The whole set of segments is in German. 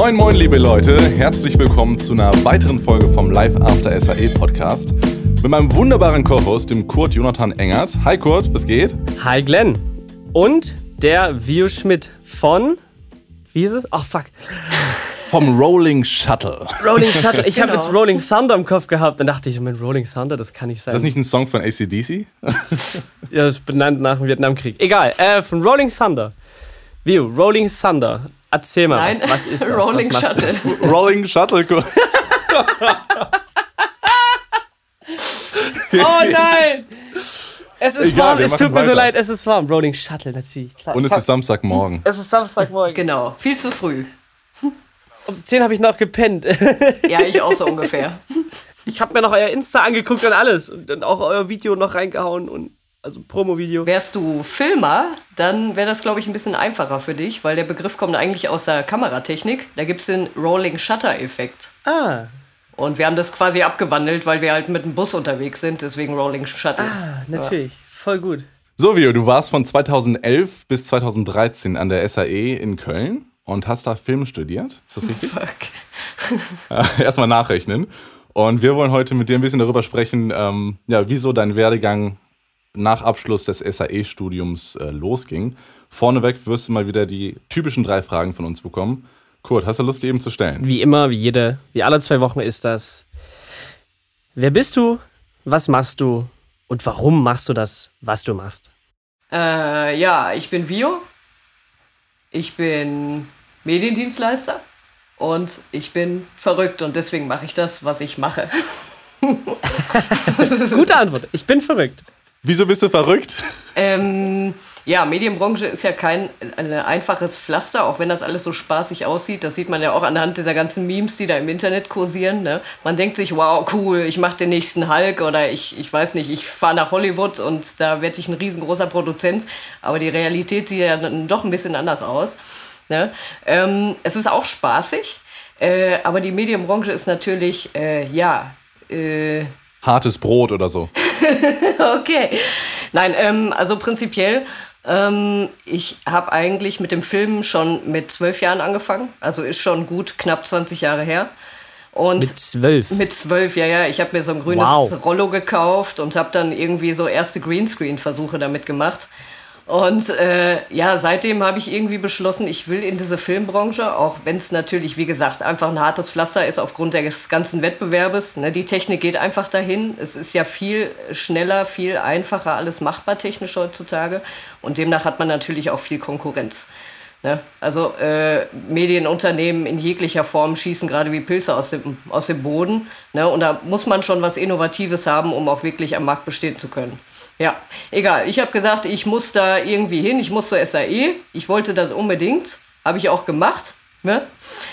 Moin moin liebe Leute, herzlich willkommen zu einer weiteren Folge vom Live After SAE Podcast mit meinem wunderbaren Co-Host, dem Kurt Jonathan Engert. Hi Kurt, was geht? Hi Glenn. Und der Vio Schmidt von, wie ist es? Ach fuck. Vom Rolling Shuttle. Rolling Shuttle. Ich habe jetzt Rolling Thunder im Kopf gehabt. Dann dachte ich, Moment, Rolling Thunder, das kann nicht sein. Ist das nicht ein Song von AC/DC? Ja, das ist benannt nach dem Vietnamkrieg. Egal, von Rolling Thunder. Vio, Rolling Thunder. Erzähl mal, Nein, was ist das? Rolling Shuttle. Rolling Shuttle. Oh nein! Es ist Egal, warm, wir es machen tut mir so weiter. leid, es ist warm. Rolling Shuttle, natürlich. Klar. Und es ist Samstagmorgen. Es ist Samstagmorgen. Genau, viel zu früh. Um 10 habe ich noch gepennt. Ja, ich auch so ungefähr. Ich habe mir noch euer Insta angeguckt und alles. Und dann auch euer Video noch reingehauen. Und also Promo-Video. Wärst du Filmer, dann wäre das, glaube ich, ein bisschen einfacher für dich, weil der Begriff kommt eigentlich aus der Kameratechnik. Da gibt es den Rolling Shutter-Effekt. Ah, Und wir haben das quasi abgewandelt, weil wir halt mit dem Bus unterwegs sind, deswegen Rolling Shuttle. natürlich. Voll gut. So Vio, du warst von 2011 bis 2013 an der SAE in Köln und hast da Film studiert. Ist das richtig? Fuck. Erstmal nachrechnen. Und wir wollen heute mit dir ein bisschen darüber sprechen, wieso dein Werdegang nach Abschluss des SAE-Studiums losging. Vorneweg wirst du mal wieder die typischen 3 Fragen von uns bekommen. Kurt, hast du Lust, die eben zu stellen? Wie immer, wie alle 2 Wochen ist das. Wer bist du? Was machst du? Und warum machst du das, was du machst? Ich bin Vio. Ich bin Mediendienstleister. Und ich bin verrückt und deswegen mache ich das, was ich mache. Gute Antwort. Ich bin verrückt. Wieso bist du verrückt? Medienbranche ist ja kein einfaches Pflaster, auch wenn das alles so spaßig aussieht. Das sieht man ja auch anhand dieser ganzen Memes, die da im Internet kursieren. Ne? Man denkt sich, wow, cool, ich mache den nächsten Hulk oder ich weiß nicht, ich fahre nach Hollywood und da werde ich ein riesengroßer Produzent. Aber die Realität sieht ja dann doch ein bisschen anders aus. Ne? Es ist auch spaßig, aber die Medienbranche ist natürlich, Hartes Brot oder so. Okay. Nein, also prinzipiell, ich habe eigentlich mit dem Filmen schon mit 12 Jahren angefangen. Also ist schon gut knapp 20 Jahre her. Und Mit 12? Mit 12, ja. Ich habe mir so ein grünes Rollo gekauft und habe dann irgendwie so erste Greenscreen-Versuche damit gemacht. Und seitdem habe ich irgendwie beschlossen, ich will in diese Filmbranche, auch wenn es natürlich, wie gesagt, einfach ein hartes Pflaster ist aufgrund des ganzen Wettbewerbes. Ne? Die Technik geht einfach dahin. Es ist ja viel schneller, viel einfacher, alles machbar technisch heutzutage. Und demnach hat man natürlich auch viel Konkurrenz. Ne? Also Medienunternehmen in jeglicher Form schießen gerade wie Pilze aus dem Boden. Ne? Und da muss man schon was Innovatives haben, um auch wirklich am Markt bestehen zu können. Ja, egal. Ich habe gesagt, ich muss da irgendwie hin. Ich muss zur SAE. Ich wollte das unbedingt. Habe ich auch gemacht. Ne?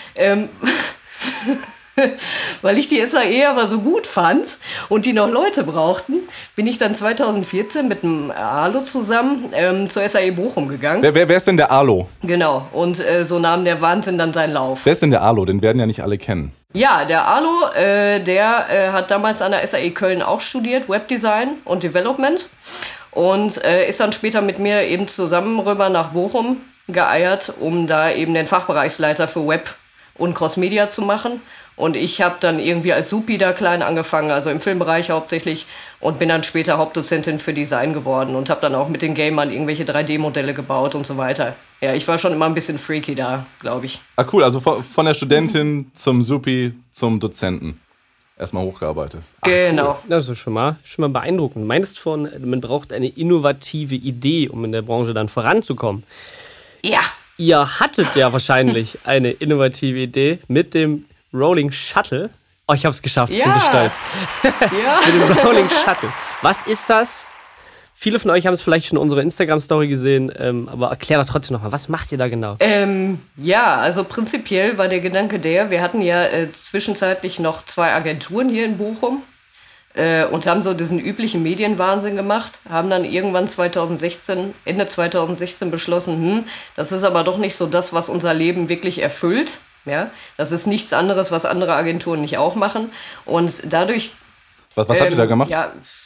Weil ich die SAE aber so gut fand und die noch Leute brauchten, bin ich dann 2014 mit dem ALO zusammen zur SAE Bochum gegangen. Wer ist denn der ALO? Genau. Und so nahm der Wahnsinn dann seinen Lauf. Wer ist denn der ALO? Den werden ja nicht alle kennen. Ja, der ALO, der hat damals an der SAE Köln auch studiert, Webdesign und Development. Und ist dann später mit mir eben zusammen rüber nach Bochum geeiert, um da eben den Fachbereichsleiter für Web und Crossmedia zu machen. Und ich habe dann irgendwie als Supi da klein angefangen, also im Filmbereich hauptsächlich, und bin dann später Hauptdozentin für Design geworden und habe dann auch mit den Gamern irgendwelche 3D-Modelle gebaut und so weiter. Ja, ich war schon immer ein bisschen freaky da, glaube ich. Ah cool, also von der Studentin zum Supi zum Dozenten. Erstmal hochgearbeitet. Genau. Cool. Das ist schon mal beeindruckend. Du meinst man braucht eine innovative Idee, um in der Branche dann voranzukommen. Ja. Ihr hattet ja wahrscheinlich eine innovative Idee mit dem Rolling Shuttle. Oh, ich hab's geschafft, ich bin so stolz. Ja. Mit dem Rolling Shuttle. Was ist das? Viele von euch haben es vielleicht schon in unserer Instagram-Story gesehen, aber erklär doch trotzdem nochmal, was macht ihr da genau? Also prinzipiell war der Gedanke wir hatten ja zwischenzeitlich noch 2 Agenturen hier in Bochum und haben so diesen üblichen Medienwahnsinn gemacht, haben dann irgendwann Ende 2016 beschlossen, das ist aber doch nicht so das, was unser Leben wirklich erfüllt. Ja? Das ist nichts anderes, was andere Agenturen nicht auch machen. Und dadurch... Was habt ihr da gemacht? Ja,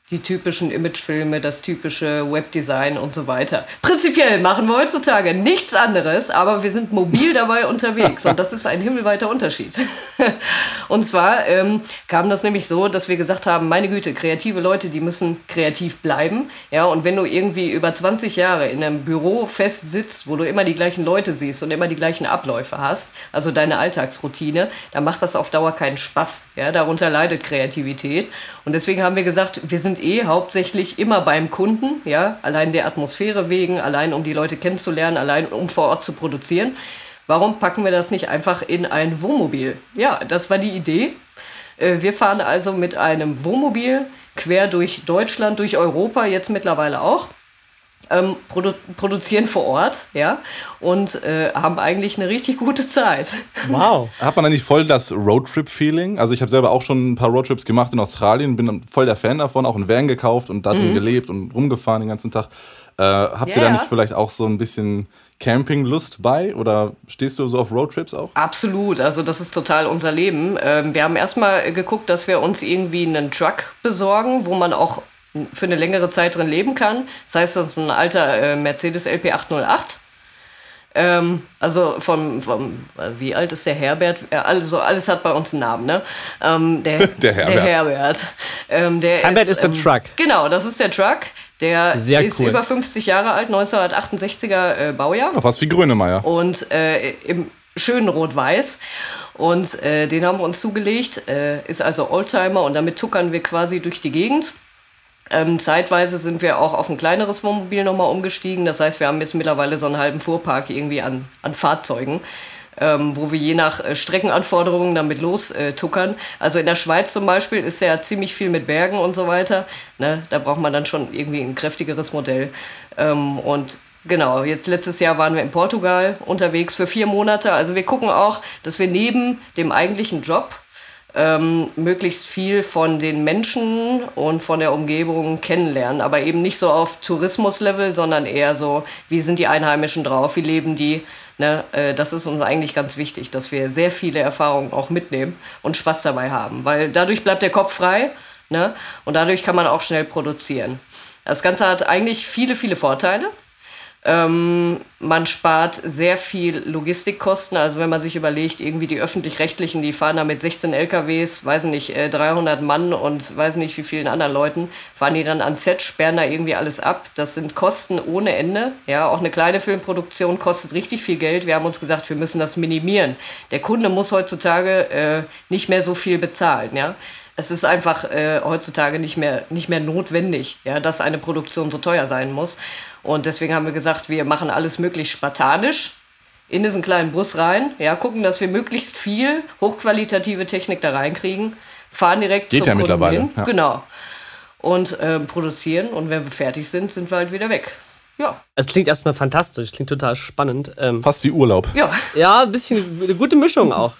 die typischen Imagefilme, das typische Webdesign und so weiter. Prinzipiell machen wir heutzutage nichts anderes, aber wir sind mobil dabei unterwegs und das ist ein himmelweiter Unterschied. Und zwar kam das nämlich so, dass wir gesagt haben, meine Güte, kreative Leute, die müssen kreativ bleiben. Ja, und wenn du irgendwie über 20 Jahre in einem Büro fest sitzt, wo du immer die gleichen Leute siehst und immer die gleichen Abläufe hast, also deine Alltagsroutine, dann macht das auf Dauer keinen Spaß. Ja, darunter leidet Kreativität. Und deswegen haben wir gesagt, wir sind hauptsächlich immer beim Kunden, ja, allein der Atmosphäre wegen, allein um die Leute kennenzulernen, allein um vor Ort zu produzieren. Warum packen wir das nicht einfach in ein Wohnmobil? Ja, das war die Idee. Wir fahren also mit einem Wohnmobil quer durch Deutschland, durch Europa, jetzt mittlerweile auch. Produzieren vor Ort, ja, und haben eigentlich eine richtig gute Zeit. Wow. Hat man eigentlich voll das Roadtrip-Feeling? Also ich habe selber auch schon ein paar Roadtrips gemacht in Australien, bin voll der Fan davon, auch einen Van gekauft und da drin gelebt und rumgefahren den ganzen Tag. Habt ihr da nicht vielleicht auch so ein bisschen Campinglust bei oder stehst du so auf Roadtrips auch? Absolut, also das ist total unser Leben. Wir haben erstmal geguckt, dass wir uns irgendwie einen Truck besorgen, wo man auch für eine längere Zeit drin leben kann. Das heißt, das ist ein alter Mercedes LP 808. Also wie alt ist der Herbert? Also alles hat bei uns einen Namen, ne? Der Herbert. Herbert ist der Truck. Genau, das ist der Truck. Der Sehr ist cool. über 50 Jahre alt, 1968er Baujahr. Ach, fast wie Grönemeyer. Und im schönen Rot-Weiß. Und den haben wir uns zugelegt. Ist also Oldtimer und damit tuckern wir quasi durch die Gegend. Zeitweise sind wir auch auf ein kleineres Wohnmobil nochmal umgestiegen. Das heißt, wir haben jetzt mittlerweile so einen halben Fuhrpark irgendwie an Fahrzeugen, wo wir je nach Streckenanforderungen damit lostuckern. Also in der Schweiz zum Beispiel ist ja ziemlich viel mit Bergen und so weiter. Ne? Da braucht man dann schon irgendwie ein kräftigeres Modell. Und genau, jetzt letztes Jahr waren wir in Portugal unterwegs für 4 Monate. Also wir gucken auch, dass wir neben dem eigentlichen Job möglichst viel von den Menschen und von der Umgebung kennenlernen. Aber eben nicht so auf Tourismus-Level, sondern eher so, wie sind die Einheimischen drauf, wie leben die. Ne? Das ist uns eigentlich ganz wichtig, dass wir sehr viele Erfahrungen auch mitnehmen und Spaß dabei haben. Weil dadurch bleibt der Kopf frei, ne? Und dadurch kann man auch schnell produzieren. Das Ganze hat eigentlich viele, viele Vorteile. Man spart sehr viel Logistikkosten. Also wenn man sich überlegt, irgendwie die Öffentlich-Rechtlichen, die fahren da mit 16 LKWs, weiß nicht, 300 Mann und weiß nicht wie vielen anderen Leuten, fahren die dann ans Set, sperren da irgendwie alles ab. Das sind Kosten ohne Ende. Ja, auch eine kleine Filmproduktion kostet richtig viel Geld. Wir haben uns gesagt, wir müssen das minimieren. Der Kunde muss heutzutage nicht mehr so viel bezahlen, ja. Es ist einfach heutzutage nicht mehr notwendig, ja, dass eine Produktion so teuer sein muss. Und deswegen haben wir gesagt, wir machen alles möglichst spartanisch in diesen kleinen Bus rein. Ja, gucken, dass wir möglichst viel hochqualitative Technik da reinkriegen. Fahren direkt zum Kunden mittlerweile hin. Ja. Genau. Und produzieren. Und wenn wir fertig sind, sind wir halt wieder weg. Ja. Es klingt erstmal fantastisch, klingt total spannend. Fast wie Urlaub. Ja, ein bisschen eine gute Mischung auch.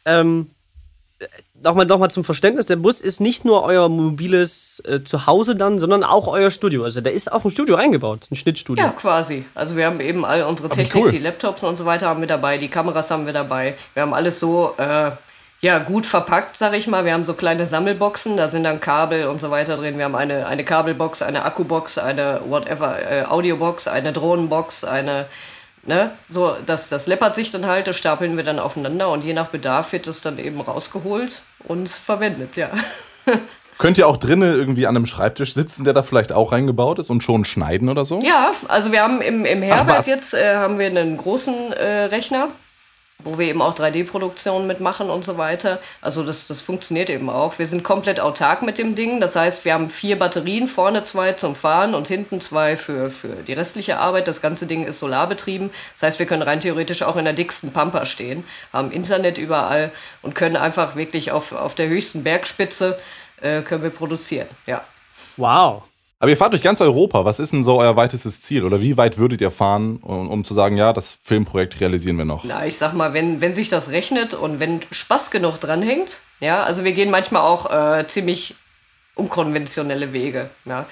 Nochmal zum Verständnis, der Bus ist nicht nur euer mobiles Zuhause dann, sondern auch euer Studio. Also da ist auch ein Studio eingebaut, ein Schnittstudio. Ja, quasi. Also wir haben eben all unsere Technik, die Laptops und so weiter haben wir dabei, die Kameras haben wir dabei. Wir haben alles so gut verpackt, sag ich mal. Wir haben so kleine Sammelboxen, da sind dann Kabel und so weiter drin. Wir haben eine Kabelbox, eine Akkubox, eine Audiobox, eine Drohnenbox, ne, so, das läppert sich dann halt, das stapeln wir dann aufeinander und je nach Bedarf wird das dann eben rausgeholt und verwendet, ja. Könnt ihr auch drinnen irgendwie an einem Schreibtisch sitzen, der da vielleicht auch reingebaut ist und schon schneiden oder so? Ja, also wir haben im Herbert jetzt haben wir einen großen Rechner, wo wir eben auch 3D-Produktionen mitmachen und so weiter. Also das funktioniert eben auch. Wir sind komplett autark mit dem Ding. Das heißt, wir haben 4 Batterien, vorne 2 zum Fahren und hinten 2 für die restliche Arbeit. Das ganze Ding ist solarbetrieben. Das heißt, wir können rein theoretisch auch in der dicksten Pampa stehen, haben Internet überall und können einfach wirklich auf der höchsten Bergspitze können wir produzieren. Ja. Wow. Aber ihr fahrt durch ganz Europa. Was ist denn so euer weitestes Ziel? Oder wie weit würdet ihr fahren, um zu sagen, ja, das Filmprojekt realisieren wir noch? Na, ich sag mal, wenn sich das rechnet und wenn Spaß genug dranhängt, ja, also wir gehen manchmal auch ziemlich unkonventionelle Wege. Ja.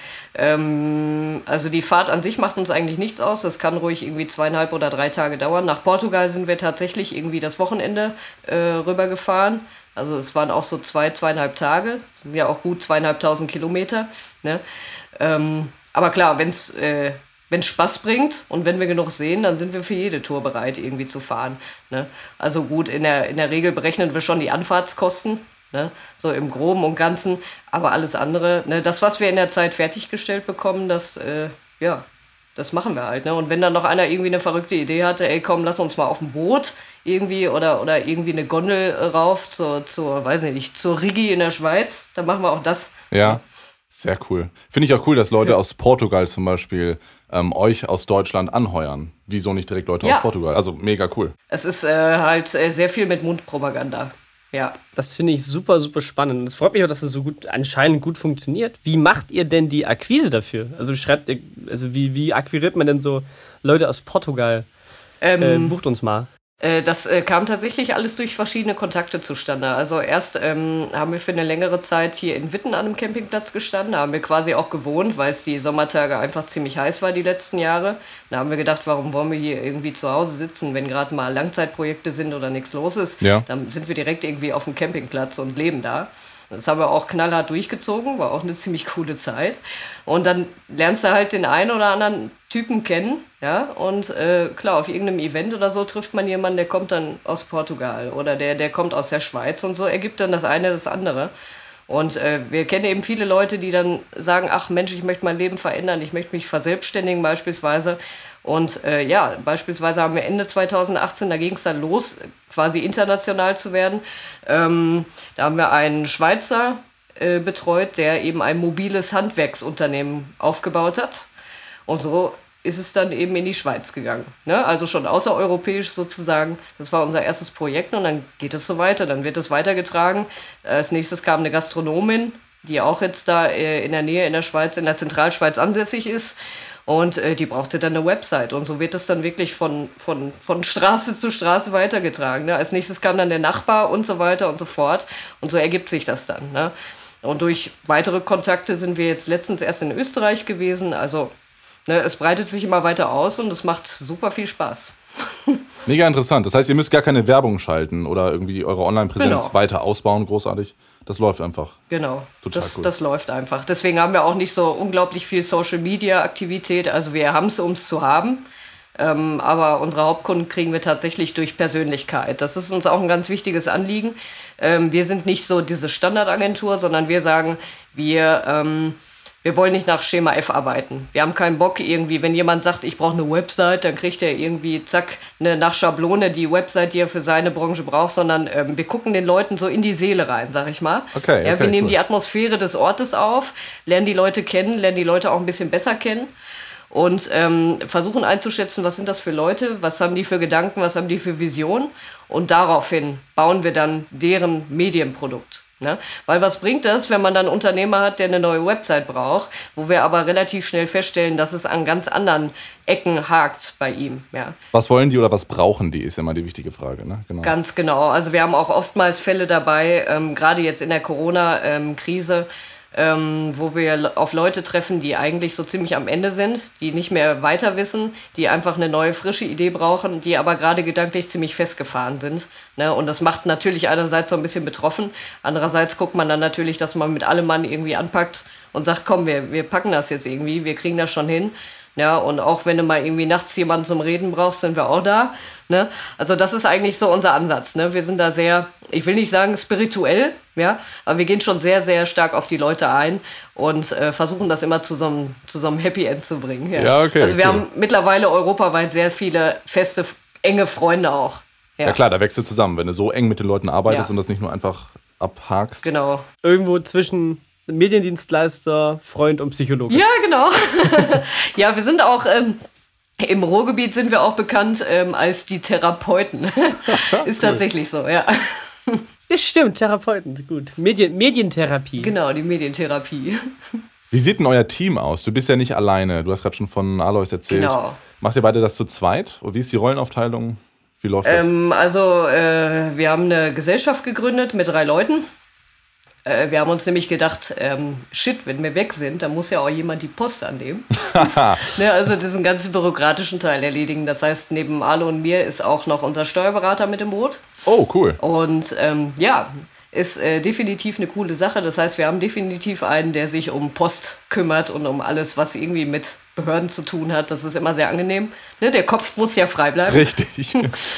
Also die Fahrt an sich macht uns eigentlich nichts aus. Das kann ruhig irgendwie 2,5 oder 3 Tage dauern. Nach Portugal sind wir tatsächlich irgendwie das Wochenende rübergefahren. Also es waren auch so 2,5 Tage. Das sind ja auch gut 2.500 Kilometer. Ne? Aber klar, wenn es Spaß bringt und wenn wir genug sehen, dann sind wir für jede Tour bereit, irgendwie zu fahren. Ne? Also gut, in der Regel berechnen wir schon die Anfahrtskosten, ne? So im Groben und Ganzen. Aber alles andere, ne? Das, was wir in der Zeit fertiggestellt bekommen, das machen wir halt. Ne? Und wenn dann noch einer irgendwie eine verrückte Idee hatte, ey komm, lass uns mal auf ein Boot irgendwie oder irgendwie eine Gondel rauf zur weiß nicht, zur Rigi in der Schweiz, dann machen wir auch das. Ja. Sehr cool. Finde ich auch cool, dass Leute aus Portugal zum Beispiel euch aus Deutschland anheuern. Wieso nicht direkt Leute aus Portugal? Also mega cool. Es ist halt sehr viel mit Mundpropaganda. Ja. Das finde ich super, super spannend. Es freut mich auch, dass es so anscheinend gut funktioniert. Wie macht ihr denn die Akquise dafür? Also wie akquiriert man denn so Leute aus Portugal? Bucht uns mal. Das kam tatsächlich alles durch verschiedene Kontakte zustande. Also erst haben wir für eine längere Zeit hier in Witten an einem Campingplatz gestanden. Da haben wir quasi auch gewohnt, weil es die Sommertage einfach ziemlich heiß war die letzten Jahre. Da haben wir gedacht, warum wollen wir hier irgendwie zu Hause sitzen, wenn gerade mal Langzeitprojekte sind oder nichts los ist. Ja. Dann sind wir direkt irgendwie auf dem Campingplatz und leben da. Das haben wir auch knallhart durchgezogen, war auch eine ziemlich coole Zeit. Und dann lernst du halt den einen oder anderen Typen kennen, ja, und klar, auf irgendeinem Event oder so trifft man jemanden, der kommt dann aus Portugal oder der kommt aus der Schweiz und so ergibt dann das eine das andere. Und wir kennen eben viele Leute, die dann sagen, ach Mensch, ich möchte mein Leben verändern, ich möchte mich verselbstständigen beispielsweise. Und beispielsweise haben wir Ende 2018, da ging es dann los, quasi international zu werden. Da haben wir einen Schweizer betreut, der eben ein mobiles Handwerksunternehmen aufgebaut hat. Und so ist es dann eben in die Schweiz gegangen. Ne? Also schon außereuropäisch sozusagen. Das war unser erstes Projekt und dann geht es so weiter. Dann wird es weitergetragen. Als nächstes kam eine Gastronomin, die auch jetzt da in der Nähe in der Schweiz, in der Zentralschweiz ansässig ist. Und die brauchte dann eine Website. Und so wird es dann wirklich von Straße zu Straße weitergetragen. Ne? Als nächstes kam dann der Nachbar und so weiter und so fort. Und so ergibt sich das dann. Ne? Und durch weitere Kontakte sind wir jetzt letztens erst in Österreich gewesen. Also es breitet sich immer weiter aus und es macht super viel Spaß. Mega interessant. Das heißt, ihr müsst gar keine Werbung schalten oder irgendwie eure Online-Präsenz weiter ausbauen, großartig. Das läuft einfach. Genau, das läuft einfach. Deswegen haben wir auch nicht so unglaublich viel Social-Media-Aktivität. Also wir haben es, um es zu haben. Aber unsere Hauptkunden kriegen wir tatsächlich durch Persönlichkeit. Das ist uns auch ein ganz wichtiges Anliegen. Wir sind nicht so diese Standardagentur, sondern wir sagen, wir wollen nicht nach Schema F arbeiten. Wir haben keinen Bock irgendwie, wenn jemand sagt, ich brauche eine Website, dann kriegt er irgendwie, zack, nach Schablone die Website, die er für seine Branche braucht, sondern wir gucken den Leuten so in die Seele rein, sag ich mal. Okay, wir nehmen die Atmosphäre des Ortes auf, lernen die Leute kennen, lernen die Leute auch ein bisschen besser kennen und versuchen einzuschätzen, was sind das für Leute, was haben die für Gedanken, was haben die für Visionen und daraufhin bauen wir dann deren Medienprodukt. Ne? Weil was bringt das, wenn man dann einen Unternehmer hat, der eine neue Website braucht, wo wir aber relativ schnell feststellen, dass es an ganz anderen Ecken hakt bei ihm. Ja. Was wollen die oder was brauchen die, ist ja mal die wichtige Frage. Ne? Genau. Ganz genau. Also wir haben auch oftmals Fälle dabei, gerade jetzt in der Corona-Krise, wo wir auf Leute treffen, die eigentlich so ziemlich am Ende sind, die nicht mehr weiter wissen, die einfach eine neue, frische Idee brauchen, die aber gerade gedanklich ziemlich festgefahren sind. Ne? Und das macht natürlich einerseits so ein bisschen betroffen, andererseits guckt man dann natürlich, dass man mit allem Mann irgendwie anpackt und sagt, komm, wir packen das jetzt irgendwie, wir kriegen das schon hin. Ja, und auch wenn du mal irgendwie nachts jemanden zum Reden brauchst, sind wir auch da. Ne? Also das ist eigentlich so unser Ansatz. Ne? Wir sind da sehr, ich will nicht sagen spirituell, ja, aber wir gehen schon sehr, sehr stark auf die Leute ein und versuchen das immer zu so einem Happy End zu bringen. Ja. Ja, okay, also wir haben mittlerweile europaweit sehr viele feste, enge Freunde auch. Ja klar, da wächst du zusammen, wenn du so eng mit den Leuten arbeitest und das nicht nur einfach abhakst. Genau. Irgendwo zwischen Mediendienstleister, Freund und Psychologe. Ja, genau. Ja, wir sind auch, im Ruhrgebiet sind wir auch bekannt als die Therapeuten. Ist tatsächlich so, ja. Ja, stimmt, Therapeuten, gut. Medientherapie. Genau, die Medientherapie. Wie sieht denn euer Team aus? Du bist ja nicht alleine. Du hast gerade schon von Alois erzählt. Genau. Macht ihr beide das zu zweit? Und wie ist die Rollenaufteilung? Wie läuft das? Wir haben eine Gesellschaft gegründet mit 3 Leuten. Wir haben uns nämlich gedacht, shit, wenn wir weg sind, dann muss ja auch jemand die Post annehmen. Ne, also diesen ganzen bürokratischen Teil erledigen. Das heißt, neben Arlo und mir ist auch noch unser Steuerberater mit im Boot. Oh, cool. Und ist definitiv eine coole Sache. Das heißt, wir haben definitiv einen, der sich um Post kümmert und um alles, was irgendwie mit Behörden zu tun hat. Das ist immer sehr angenehm. Ne, der Kopf muss ja frei bleiben. Richtig.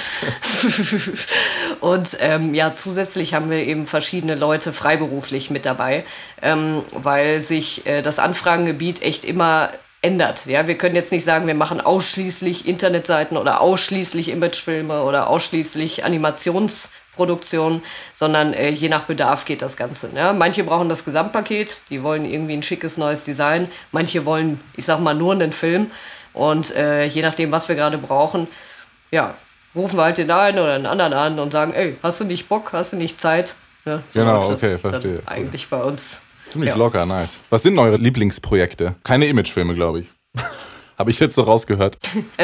Und zusätzlich haben wir eben verschiedene Leute freiberuflich mit dabei, weil sich das Anfragengebiet echt immer ändert. Ja, wir können jetzt nicht sagen, wir machen ausschließlich Internetseiten oder ausschließlich Imagefilme oder ausschließlich Animationsproduktion, sondern je nach Bedarf geht das Ganze. Ja, manche brauchen das Gesamtpaket, die wollen irgendwie ein schickes neues Design, manche wollen, ich sag mal, nur einen Film und je nachdem, was wir gerade brauchen, ja, rufen wir halt den einen oder den anderen an und sagen, ey, hast du nicht Bock, hast du nicht Zeit? Ja, so genau, okay, verstehe. Dann eigentlich bei uns. Ziemlich locker, nice. Was sind eure Lieblingsprojekte? Keine Imagefilme, glaube ich. Habe ich jetzt so rausgehört.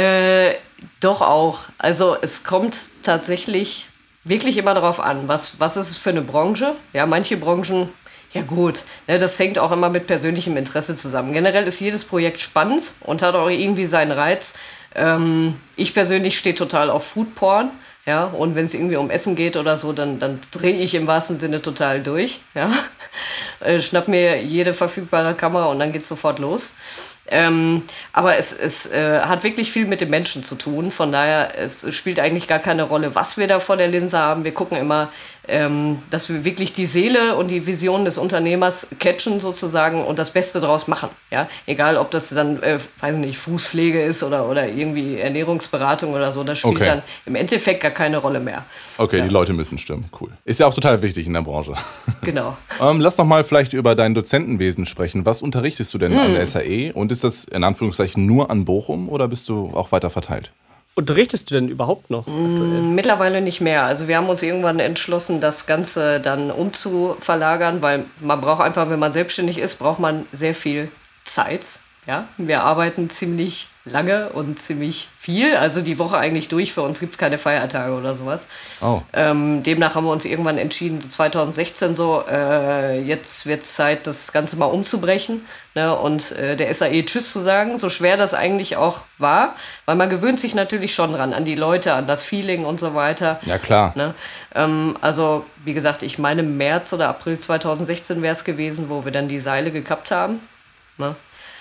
Doch auch. Also es kommt tatsächlich wirklich immer darauf an, was ist es für eine Branche? Ja, manche Branchen, ja gut, ne, das hängt auch immer mit persönlichem Interesse zusammen. Generell ist jedes Projekt spannend und hat auch irgendwie seinen Reiz. Ich persönlich stehe total auf Foodporn. Ja, und wenn es irgendwie um Essen geht oder so, dann drehe ich im wahrsten Sinne total durch. Ja? Schnapp mir jede verfügbare Kamera und dann geht's sofort los. Aber es hat wirklich viel mit dem Menschen zu tun. Von daher, es spielt eigentlich gar keine Rolle, was wir da vor der Linse haben. Wir gucken immer, dass wir wirklich die Seele und die Vision des Unternehmers catchen sozusagen und das Beste draus machen. Ja? Egal, ob das dann, weiß nicht, Fußpflege ist oder irgendwie Ernährungsberatung oder so. Das spielt dann im Endeffekt gar keine Rolle mehr. Okay, die Leute müssen stimmen. Cool. Ist ja auch total wichtig in der Branche. Genau. Lass noch mal vielleicht über dein Dozentenwesen sprechen. Was unterrichtest du denn an der SAE? Und ist das in Anführungszeichen nur an Bochum oder bist du auch weiter verteilt? Unterrichtest du denn überhaupt noch aktuell? Mittlerweile nicht mehr. Also wir haben uns irgendwann entschlossen, das Ganze dann umzuverlagern, weil man braucht einfach, wenn man selbstständig ist, braucht man sehr viel Zeit. Ja? Wir arbeiten ziemlich lange und ziemlich viel, also die Woche eigentlich durch. Für uns gibt es keine Feiertage oder sowas. Oh. Demnach haben wir uns irgendwann entschieden, 2016 so, jetzt wird es Zeit, das Ganze mal umzubrechen, ne, und der SAE Tschüss zu sagen, so schwer das eigentlich auch war, weil man gewöhnt sich natürlich schon dran, an die Leute, an das Feeling und so weiter. Ja, klar. Ne? Also, wie gesagt, ich meine März oder April 2016 wäre es gewesen, wo wir dann die Seile gekappt haben. Ne?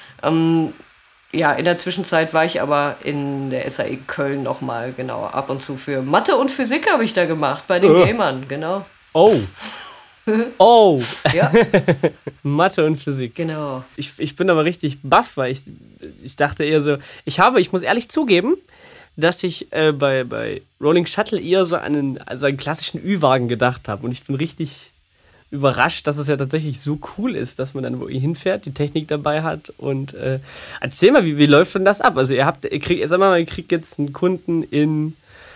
Ja, in der Zwischenzeit war ich aber in der SAE Köln nochmal, genau, ab und zu für Mathe und Physik habe ich da gemacht, bei den Gamern, genau. Oh. Oh. Ja. Mathe und Physik. Genau. Ich bin aber richtig baff, weil ich dachte eher so, ich muss ehrlich zugeben, dass ich bei Rolling Shuttle eher so einen klassischen Ü-Wagen gedacht habe und ich bin richtig überrascht, dass es ja tatsächlich so cool ist, dass man dann wo ihr hinfährt, die Technik dabei hat und erzähl mal, wie läuft denn das ab? Also ihr kriegt jetzt einen Kunden in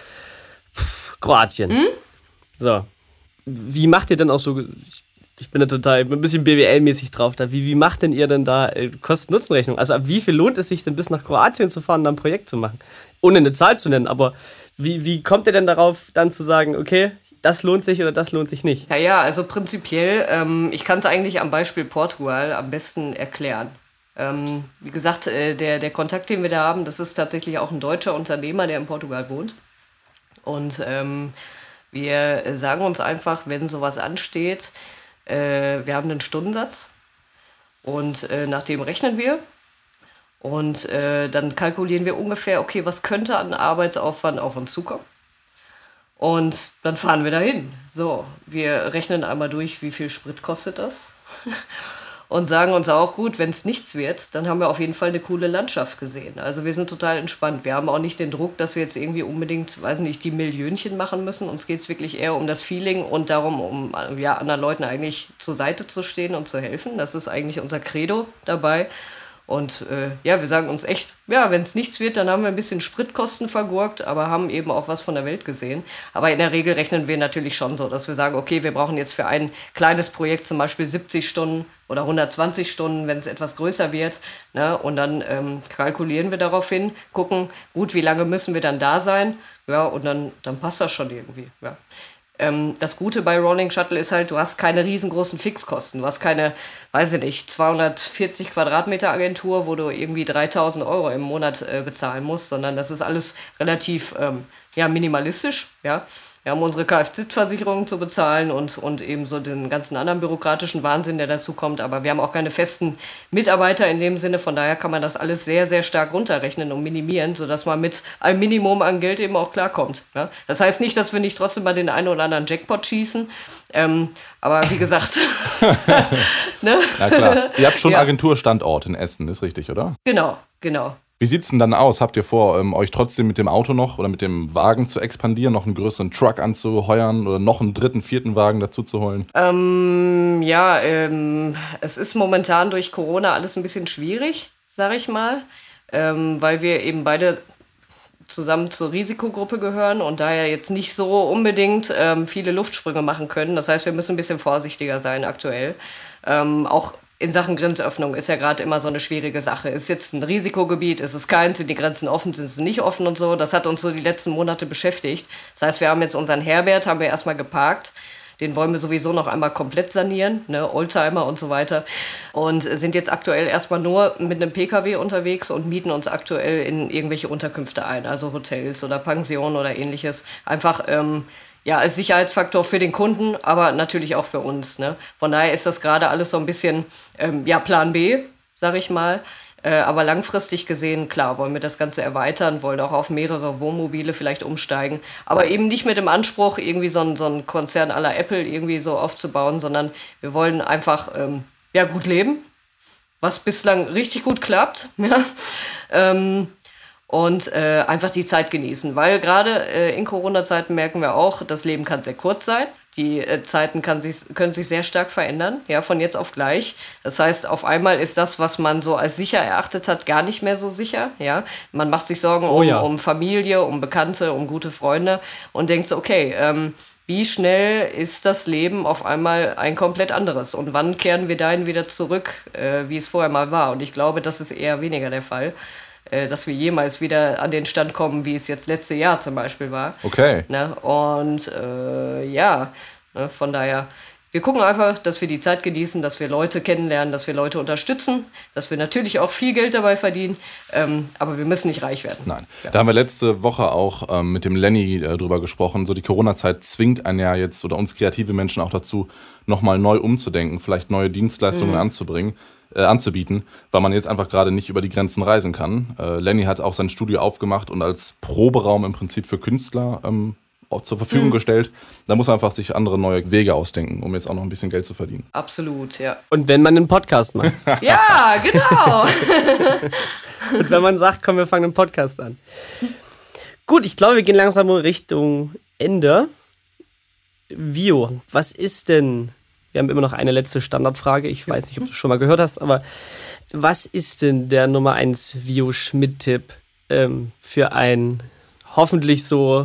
Kroatien. So. Wie macht ihr denn auch so, ich bin ein bisschen BWL-mäßig drauf da, wie macht denn ihr denn da Kosten-Nutzen-Rechnung? Also ab wie viel lohnt es sich denn bis nach Kroatien zu fahren, da ein Projekt zu machen? Ohne eine Zahl zu nennen, aber wie kommt ihr denn darauf, dann zu sagen, okay, das lohnt sich oder das lohnt sich nicht? Ja, also prinzipiell, ich kann es eigentlich am Beispiel Portugal am besten erklären. Wie gesagt, der Kontakt, den wir da haben, das ist tatsächlich auch ein deutscher Unternehmer, der in Portugal wohnt. Und wir sagen uns einfach, wenn sowas ansteht, wir haben einen Stundensatz und nach dem rechnen wir. Und dann kalkulieren wir ungefähr, okay, was könnte an Arbeitsaufwand auf uns zukommen? Und dann fahren wir dahin. So, wir rechnen einmal durch, wie viel Sprit kostet das. Und sagen uns auch, gut, wenn es nichts wird, dann haben wir auf jeden Fall eine coole Landschaft gesehen. Also wir sind total entspannt. Wir haben auch nicht den Druck, dass wir jetzt irgendwie unbedingt, weiß nicht, die Millionchen machen müssen. Uns geht es wirklich eher um das Feeling und darum, um anderen Leuten eigentlich zur Seite zu stehen und zu helfen. Das ist eigentlich unser Credo dabei. Und wir sagen uns echt, ja, wenn es nichts wird, dann haben wir ein bisschen Spritkosten vergurkt, aber haben eben auch was von der Welt gesehen. Aber in der Regel rechnen wir natürlich schon so, dass wir sagen, okay, wir brauchen jetzt für ein kleines Projekt zum Beispiel 70 Stunden oder 120 Stunden, wenn es etwas größer wird. Ne? Und dann kalkulieren wir darauf hin, gucken, gut, wie lange müssen wir dann da sein? Ja, und dann passt das schon irgendwie. Ja. Das Gute bei Rolling Shuttle ist halt, du hast keine riesengroßen Fixkosten. Du hast keine, weiß ich nicht, 240 Quadratmeter Agentur, wo du irgendwie 3.000 Euro im Monat bezahlen musst, sondern das ist alles relativ minimalistisch. Ja? Wir haben unsere Kfz-Versicherung zu bezahlen und eben so den ganzen anderen bürokratischen Wahnsinn, der dazu kommt. Aber wir haben auch keine festen Mitarbeiter in dem Sinne. Von daher kann man das alles sehr, sehr stark runterrechnen und minimieren, sodass man mit einem Minimum an Geld eben auch klarkommt. Ja? Das heißt nicht, dass wir nicht trotzdem mal den einen oder anderen Jackpot schießen. Aber wie gesagt. Ne? Na klar. Ihr habt schon Agenturstandort in Essen, ist richtig, oder? Genau. Wie sieht es denn dann aus? Habt ihr vor, euch trotzdem mit dem Auto noch oder mit dem Wagen zu expandieren, noch einen größeren Truck anzuheuern oder noch einen 3., 4. Wagen dazu zu holen? Es ist momentan durch Corona alles ein bisschen schwierig, sag ich mal, weil wir eben beide zusammen zur Risikogruppe gehören und daher jetzt nicht so unbedingt viele Luftsprünge machen können. Das heißt, wir müssen ein bisschen vorsichtiger sein aktuell. Auch in Sachen Grenzöffnung ist ja gerade immer so eine schwierige Sache. Ist jetzt ein Risikogebiet, ist es keins, sind die Grenzen offen, sind sie nicht offen und so. Das hat uns so die letzten Monate beschäftigt. Das heißt, wir haben jetzt unseren Herbert, haben wir erstmal geparkt. Den wollen wir sowieso noch einmal komplett sanieren, ne, Oldtimer und so weiter. Und sind jetzt aktuell erstmal nur mit einem PKW unterwegs und mieten uns aktuell in irgendwelche Unterkünfte ein, also Hotels oder Pensionen oder ähnliches. Einfach als Sicherheitsfaktor für den Kunden, aber natürlich auch für uns. Ne? Von daher ist das gerade alles so ein bisschen Plan B, sag ich mal. Aber langfristig gesehen, klar, wollen wir das Ganze erweitern, wollen auch auf mehrere Wohnmobile vielleicht umsteigen. Aber eben nicht mit dem Anspruch, irgendwie so einen Konzern à la Apple irgendwie so aufzubauen, sondern wir wollen einfach gut leben, was bislang richtig gut klappt. Ja? Und einfach die Zeit genießen. Weil gerade in Corona-Zeiten merken wir auch, das Leben kann sehr kurz sein. Die Zeiten können sich sehr stark verändern, ja, von jetzt auf gleich. Das heißt, auf einmal ist das, was man so als sicher erachtet hat, gar nicht mehr so sicher. Ja? Man macht sich Sorgen um Familie, um Bekannte, um gute Freunde und denkt so, okay, wie schnell ist das Leben auf einmal ein komplett anderes? Und wann kehren wir dahin wieder zurück, wie es vorher mal war? Und ich glaube, das ist eher weniger der Fall. Dass wir jemals wieder an den Stand kommen, wie es jetzt letztes Jahr zum Beispiel war. Okay. Ne? Und von daher, wir gucken einfach, dass wir die Zeit genießen, dass wir Leute kennenlernen, dass wir Leute unterstützen, dass wir natürlich auch viel Geld dabei verdienen, aber wir müssen nicht reich werden. Nein, da haben wir letzte Woche auch mit dem Lenny drüber gesprochen, so die Corona-Zeit zwingt einen ja jetzt oder uns kreative Menschen auch dazu, nochmal neu umzudenken, vielleicht neue Dienstleistungen anzubieten, weil man jetzt einfach gerade nicht über die Grenzen reisen kann. Lenny hat auch sein Studio aufgemacht und als Proberaum im Prinzip für Künstler auch zur Verfügung gestellt. Da muss man einfach sich andere neue Wege ausdenken, um jetzt auch noch ein bisschen Geld zu verdienen. Absolut, ja. Und wenn man einen Podcast macht. Ja, genau. Und wenn man sagt, komm, wir fangen einen Podcast an. Gut, ich glaube, wir gehen langsam Richtung Ende. Vio, was ist denn... Wir haben immer noch eine letzte Standardfrage. Ich weiß nicht, ob du es schon mal gehört hast, aber was ist denn der Nummer 1 Vio Schmidt-Tipp für ein hoffentlich so,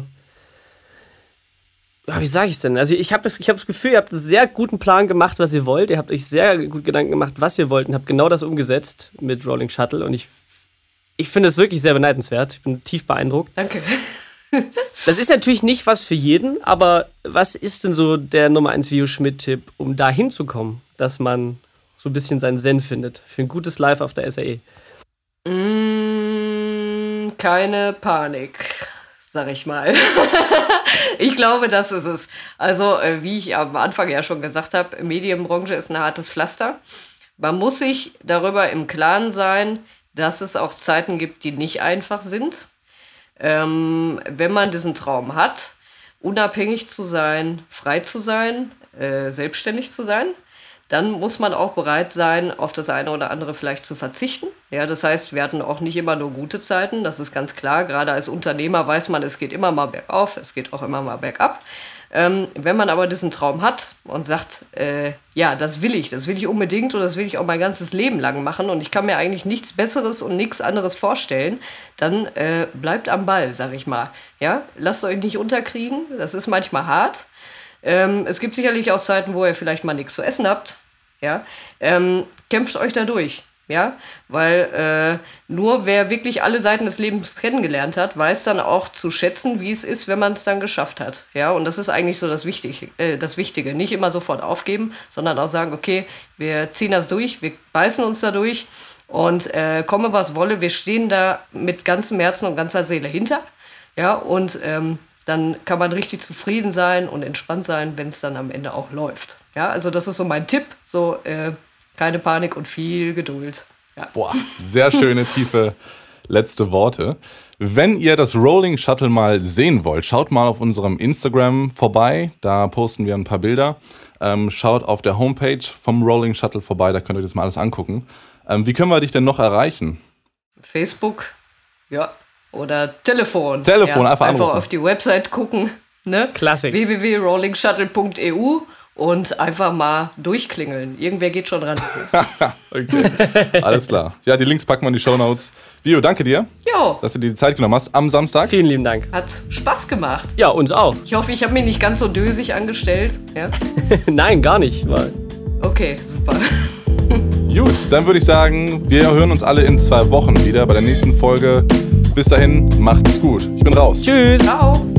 wie sage ich es denn? Also ich hab das Gefühl, ihr habt einen sehr guten Plan gemacht, was ihr wollt. Ihr habt euch sehr gut Gedanken gemacht, was ihr wollt und habt genau das umgesetzt mit Rolling Shuttle. Und ich finde es wirklich sehr beneidenswert. Ich bin tief beeindruckt. Danke. Das ist natürlich nicht was für jeden, aber was ist denn so der Nummer 1 Vio Schmidt-Tipp, um da hinzukommen, dass man so ein bisschen seinen Zen findet für ein gutes Live auf der SAE? Keine Panik, sag ich mal. Ich glaube, das ist es. Also, wie ich am Anfang ja schon gesagt habe, Medienbranche ist ein hartes Pflaster. Man muss sich darüber im Klaren sein, dass es auch Zeiten gibt, die nicht einfach sind. Wenn man diesen Traum hat, unabhängig zu sein, frei zu sein, selbstständig zu sein, dann muss man auch bereit sein, auf das eine oder andere vielleicht zu verzichten. Ja, das heißt, wir hatten auch nicht immer nur gute Zeiten, das ist ganz klar. Gerade als Unternehmer weiß man, es geht immer mal bergauf, es geht auch immer mal bergab. Wenn man aber diesen Traum hat und sagt, das will ich unbedingt und das will ich auch mein ganzes Leben lang machen und ich kann mir eigentlich nichts Besseres und nichts anderes vorstellen, dann bleibt am Ball, sag ich mal. Ja? Lasst euch nicht unterkriegen, das ist manchmal hart. Es gibt sicherlich auch Zeiten, wo ihr vielleicht mal nichts zu essen habt. Ja? Kämpft euch da durch. Ja, weil nur wer wirklich alle Seiten des Lebens kennengelernt hat, weiß dann auch zu schätzen, wie es ist, wenn man es dann geschafft hat. Ja, und das ist eigentlich so das Wichtige. Nicht immer sofort aufgeben, sondern auch sagen, okay, wir ziehen das durch, wir beißen uns da durch und komme was wolle, wir stehen da mit ganzem Herzen und ganzer Seele hinter. Ja, und dann kann man richtig zufrieden sein und entspannt sein, wenn es dann am Ende auch läuft. Ja, also das ist so mein Tipp, so keine Panik und viel Geduld. Ja. Boah, sehr schöne, tiefe letzte Worte. Wenn ihr das Rolling Shuttle mal sehen wollt, schaut mal auf unserem Instagram vorbei. Da posten wir ein paar Bilder. Schaut auf der Homepage vom Rolling Shuttle vorbei, da könnt ihr das mal alles angucken. Wie können wir dich denn noch erreichen? Facebook, ja, oder Telefon. Telefon, ja, einfach anrufen. Auf die Website gucken. Ne? Klassik. www.rollingshuttle.eu und einfach mal durchklingeln. Irgendwer geht schon ran. Okay, alles klar. Ja, die Links packen wir in die Shownotes. Vio, danke dir, dass du dir die Zeit genommen hast am Samstag. Vielen lieben Dank. Hat Spaß gemacht. Ja, uns auch. Ich hoffe, ich habe mich nicht ganz so dösig angestellt. Ja? Nein, gar nicht. Okay, super. Gut, dann würde ich sagen, wir hören uns alle in 2 Wochen wieder bei der nächsten Folge. Bis dahin, macht's gut. Ich bin raus. Tschüss. Ciao.